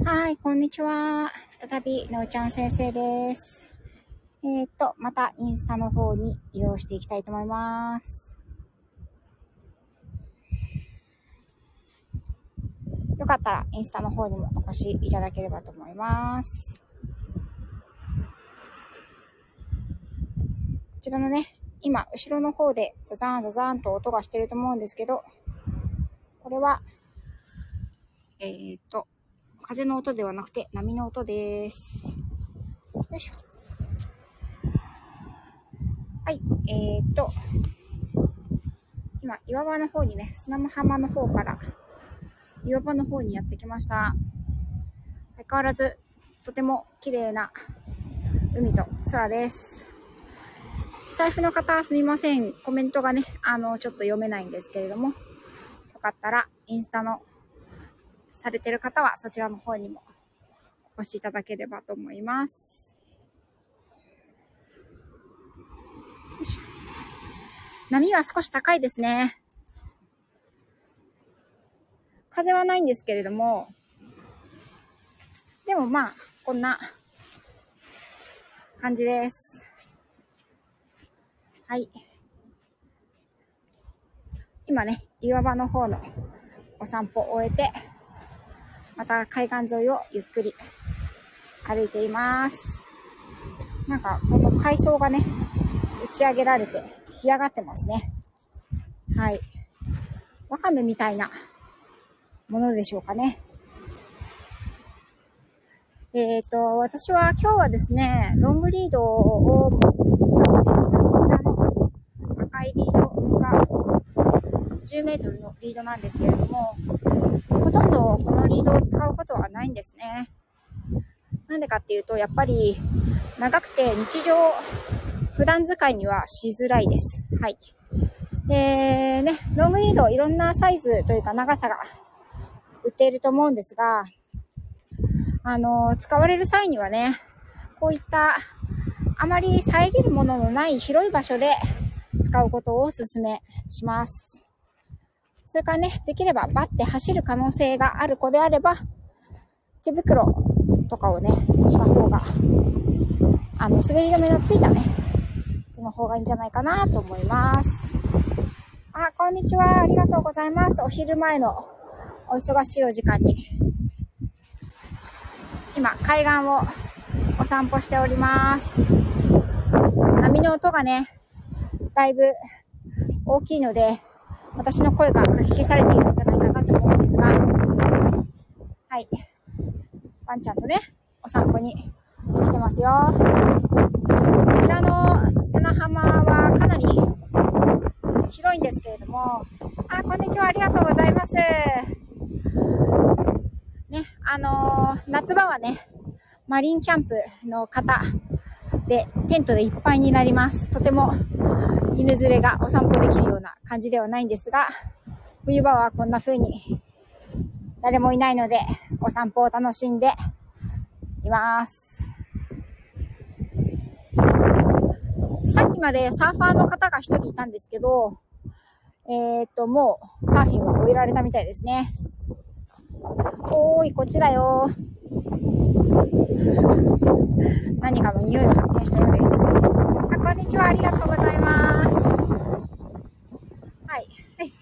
はい、こんにちは。再び、のうちゃん先生です。またインスタの方に移動していきたいと思います。よかったらインスタの方にもお越しいただければと思います。こちらのね、今、後ろの方でザザーンザザーンと音がしてると思うんですけど、これは、風の音ではなくて波の音です。よいしょ。はい、今、岩場の方にね、砂浜の方から岩場の方にやってきました。相変わらずとても綺麗な海と空です。スタイフの方すみません。コメントがね、ちょっと読めないんですけれども、よかったらインスタのされてる方はそちらの方にもお越しいただければと思います。よいしょ。波は少し高いですね。風はないんですけれども、でもまあ、こんな感じです。はい。今ね、岩場の方のお散歩を終えて、また海岸沿いをゆっくり歩いています。なんか、この海藻がね、打ち上げられて、干上がってますね。はい。わかめみたいなものでしょうかね。私は今日はですね、ロングリードを使っています。こちらの赤いリードが10メートルのリードなんですけれども、ほとんどこのリードを使うことはないんですね。なんでかっていうと、やっぱり長くて普段使いにはしづらいです。はい。でね、ロングリードいろんなサイズというか長さが売っていると思うんですが、使われる際にはね、こういったあまり遮るもののない広い場所で使うことをお勧めします。それからね、できればバッて走る可能性がある子であれば、手袋とかをね、した方が、滑り止めのついたね、その方がいいんじゃないかなと思います。あ、こんにちは。ありがとうございます。お昼前のお忙しいお時間に。今、海岸をお散歩しております。波の音がね、だいぶ大きいので、私の声がかき消されているんじゃないかなと思うんですが、はい。ワンちゃんとね、お散歩に来てますよ。こちらの砂浜はかなり広いんですけれども、あ、こんにちは。ありがとうございます。ね、夏場はね、マリンキャンプの方でテントでいっぱいになります。とても犬連れがお散歩できるような感じではないんですが、冬場はこんな風に誰もいないのでお散歩を楽しんでいます。さっきまでサーファーの方が一人いたんですけど、もうサーフィンは終えられたみたいですね。おーい、こっちだよ。何かの匂いを発見したようです。あ、こんにちは。ありがとうございます。はい。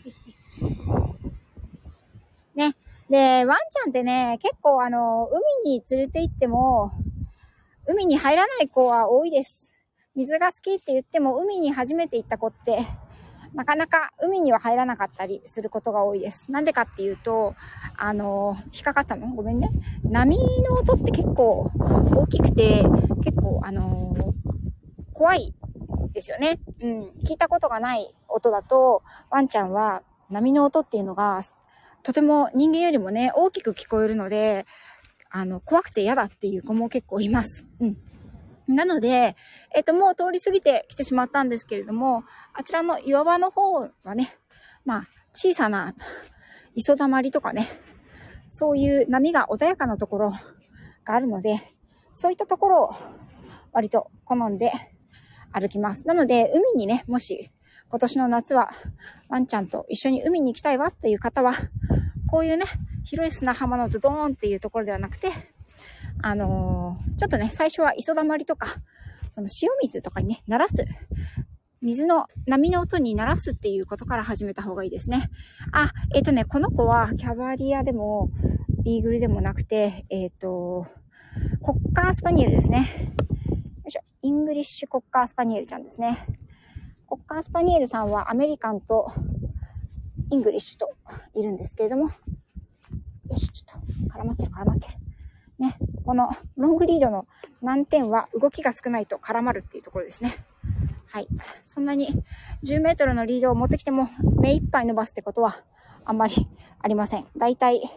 ね。で、ワンちゃんってね、結構海に連れて行っても、海に入らない子は多いです。水が好きって言っても、海に初めて行った子って、なかなか海には入らなかったりすることが多いです。なんでかっていうと、引っかかったの？ごめんね。波の音って結構大きくて、結構怖いですよね。うん。聞いたことがない音だと、ワンちゃんは波の音っていうのが、とても人間よりもね、大きく聞こえるので、怖くて嫌だっていう子も結構います。うん。なので、もう通り過ぎてきてしまったんですけれども、あちらの岩場の方はね、まあ、小さな磯だまりとかね、そういう波が穏やかなところがあるので、そういったところを割と好んで歩きます。なので、海にね、もし今年の夏はワンちゃんと一緒に海に行きたいわっていう方は、 こういうね、広い砂浜のドドーンっていうところではなくて、ちょっとね、最初は磯だまりとか、その塩水とかにね、鳴らす。水の波の音に鳴らすっていうことから始めた方がいいですね。この子はキャバリアでも、ビーグルでもなくて、コッカースパニエルですね。よいしょ。イングリッシュコッカースパニエルちゃんですね。コッカースパニエルさんはアメリカンとイングリッシュといるんですけれども、よし、ちょっと絡まってる。ね、このロングリードの難点は動きが少ないと絡まるっていうところですね。はい。そんなに10メートルのリードを持ってきても目いっぱい伸ばすってことはあんまりありません。だいたい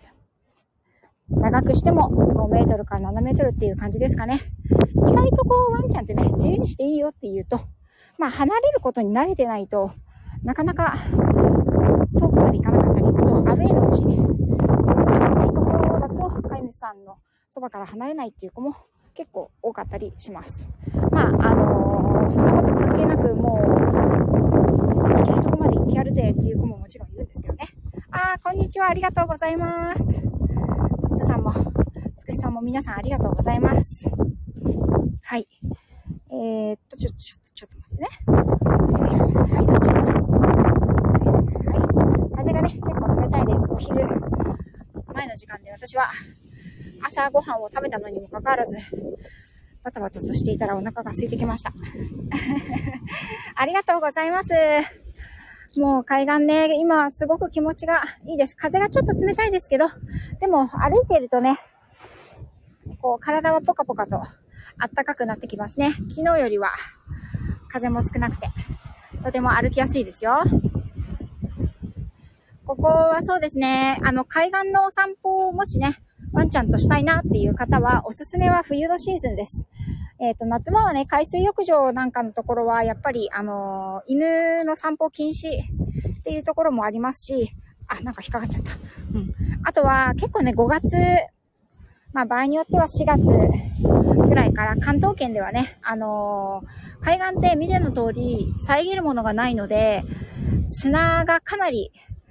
長くしても5メートルから7メートルっていう感じですかね。意外とワンちゃんってね、自由にしていいよって言うと、離れることに慣れてないと、なかなか遠くまで行かなかったり、あとはアウェイのうち、自分の知らないところだと、飼い主さんのそばから離れないっていう子も結構多かったりします。そんなこと関係なく、もう、行けるとこまで行ってやるぜっていう子ももちろんいるんですけどね。こんにちは。ありがとうございます。とつさんも、つくしさんも皆さんありがとうございます。はい。ちょっと待ってね。はい、そっち側。はい。風がね、結構冷たいです。お昼前の時間で私は朝ごはんを食べたのにもかかわらず、バタバタとしていたらお腹が空いてきました。ありがとうございます。もう海岸ね、今すごく気持ちがいいです。風がちょっと冷たいですけど、でも歩いているとね、体はポカポカと暖かくなってきますね。昨日よりは風も少なくて、とても歩きやすいですよ。ここはそうですね、海岸のお散歩をもしね、ワンちゃんとしたいなっていう方は、おすすめは冬のシーズンです。夏場はね、海水浴場なんかのところは、やっぱり、犬の散歩禁止っていうところもありますし、なんか引っかかっちゃった。あとは、結構ね、5月、場合によっては4月ぐらいから関東圏ではね、海岸って見ての通り、遮るものがないので、砂がかなり、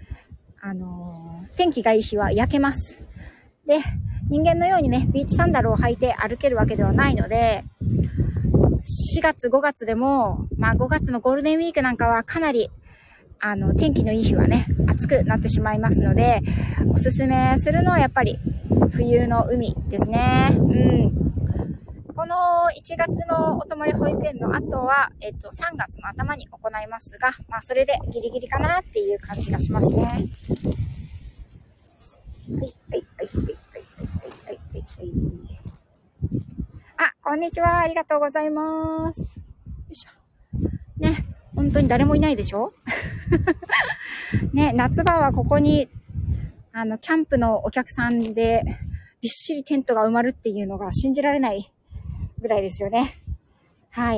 天気がいい日は焼けます。で、人間のようにね、ビーチサンダルを履いて歩けるわけではないので、4月、5月でも、5月のゴールデンウィークなんかはかなり、天気のいい日はね、暑くなってしまいますので、おすすめするのはやっぱり、冬の海ですね。この1月のお泊まり保育園の後は、3月の頭に行いますが、それでギリギリかなっていう感じがしますね。こんにちは。ありがとうございます。よいしょ。ね、本当に誰もいないでしょね、夏場はここに、キャンプのお客さんで、びっしりテントが埋まるっていうのが信じられないぐらいですよね。はい。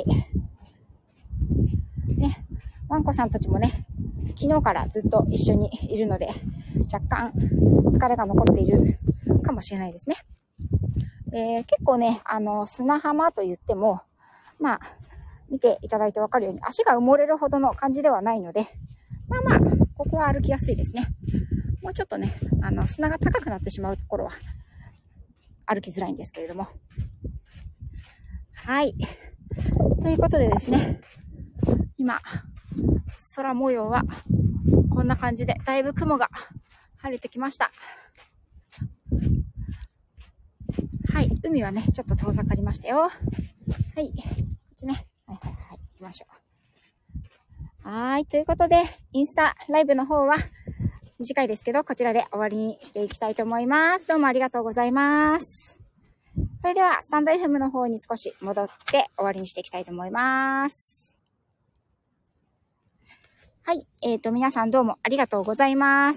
ね、ワンコさんたちもね、昨日からずっと一緒にいるので、若干疲れが残っているかもしれないですね。結構ね、砂浜と言っても、見ていただいてわかるように、足が埋もれるほどの感じではないので、ここは歩きやすいですね。もうちょっとね、砂が高くなってしまうところは、歩きづらいんですけれども。はい。ということでですね、今、空模様はこんな感じで、だいぶ雲が晴れてきました。はい。海はね、ちょっと遠ざかりましたよ。はい。こっちね。はい。行きましょう。はい。ということで、インスタライブの方は短いですけど、こちらで終わりにしていきたいと思います。どうもありがとうございます。それでは、スタンド FM の方に少し戻って終わりにしていきたいと思います。はい。皆さんどうもありがとうございます。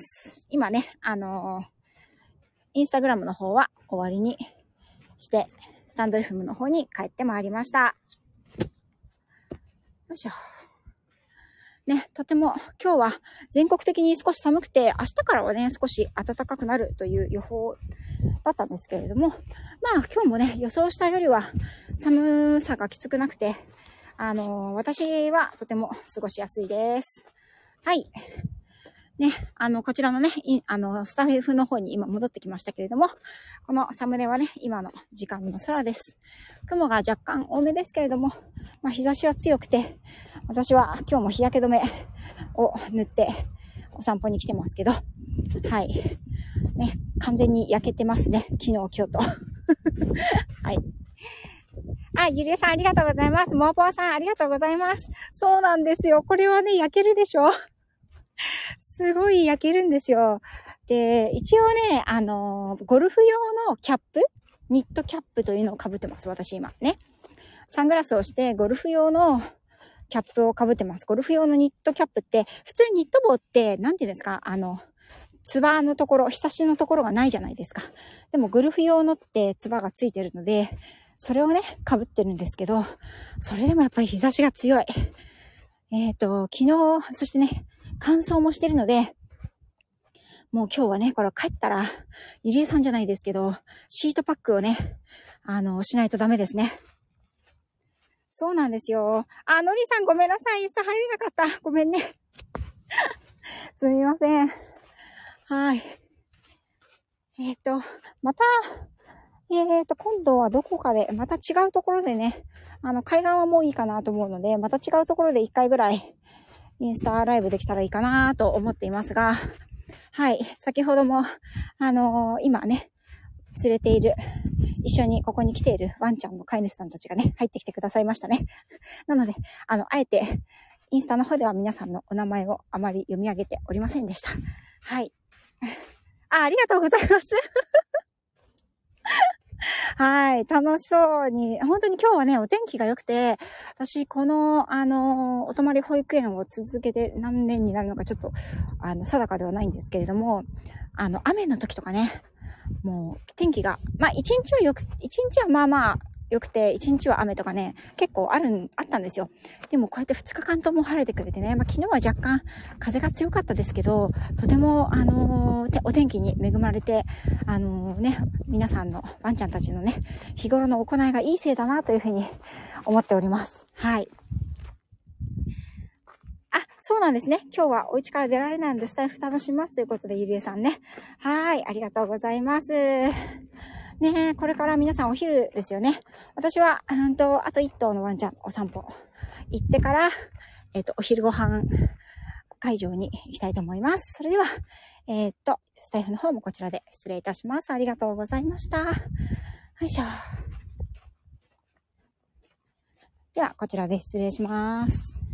今ね、インスタグラムの方は終わりにして、スタンド FM の方に帰ってまいりました。よいしょ。ね、とても今日は全国的に少し寒くて、明日からはね、少し暖かくなるという予報だったんですけれども、今日もね、予想したよりは寒さがきつくなくて、私はとても過ごしやすいです。はい。 ね、こちらのね、スタッフの方に今戻ってきましたけれども、このサムネはね、今の時間の空です。雲が若干多めですけれども、まあ日差しは強くて、私は今日も日焼け止めを塗ってお散歩に来てますけど、はい。ね、完全に焼けてますね。昨日、今日と。はい。あ、ゆりえさんありがとうございます。もーぽーさんありがとうございます。そうなんですよ。これはね、焼けるでしょ？すごい焼けるんですよ。で、一応ね、ゴルフ用のキャップ、ニットキャップというのを被ってます、私今ね。サングラスをしてゴルフ用のキャップを被ってます。ゴルフ用のニットキャップって、普通にニット帽って、なんていうんですか、つばのところ、ひさしのところがないじゃないですか。でもゴルフ用のってつばがついてるので、それをね、被ってるんですけど、それでもやっぱり日差しが強い。昨日、そしてね、乾燥もしてるので、もう今日はね、これ帰ったら、ゆりえさんじゃないですけど、シートパックをね、しないとダメですね。そうなんですよ。あ、のりさんごめんなさい。インスタ入れなかった。ごめんね。すみません。はい。また、今度はどこかで、また違うところでね、海岸はもういいかなと思うので、また違うところで1回ぐらい、インスタライブできたらいいかなと思っていますが、はい。先ほども、今ね、連れている、一緒にここに来ているワンちゃんの飼い主さんたちがね、入ってきてくださいましたね。なので、あえて、インスタの方では皆さんのお名前をあまり読み上げておりませんでした。はい。ありがとうございます。はい。楽しそうに。本当に今日はね、お天気が良くて、私、この、お泊まり保育園を続けて何年になるのかちょっと、定かではないんですけれども、雨の時とかね、もう天気が、まあ一日はまあまあ良くて、一日は雨とかね、結構あったんですよ。でもこうやって2日間とも晴れてくれてね、まあ昨日は若干風が強かったですけど、とてもお天気に恵まれて、ね、皆さんのワンちゃんたちのね、日頃の行いがいいせいだなというふうに思っております。はい。そうなんですね。今日はお家から出られないのでスタイフ楽しみますということで、ゆりえさんね。はい、ありがとうございます。ね、これから皆さんお昼ですよね。私は、あと1頭のワンちゃんお散歩行ってから、お昼ご飯会場に行きたいと思います。それでは、スタイフの方もこちらで失礼いたします。ありがとうございました。よいしょ。では、こちらで失礼します。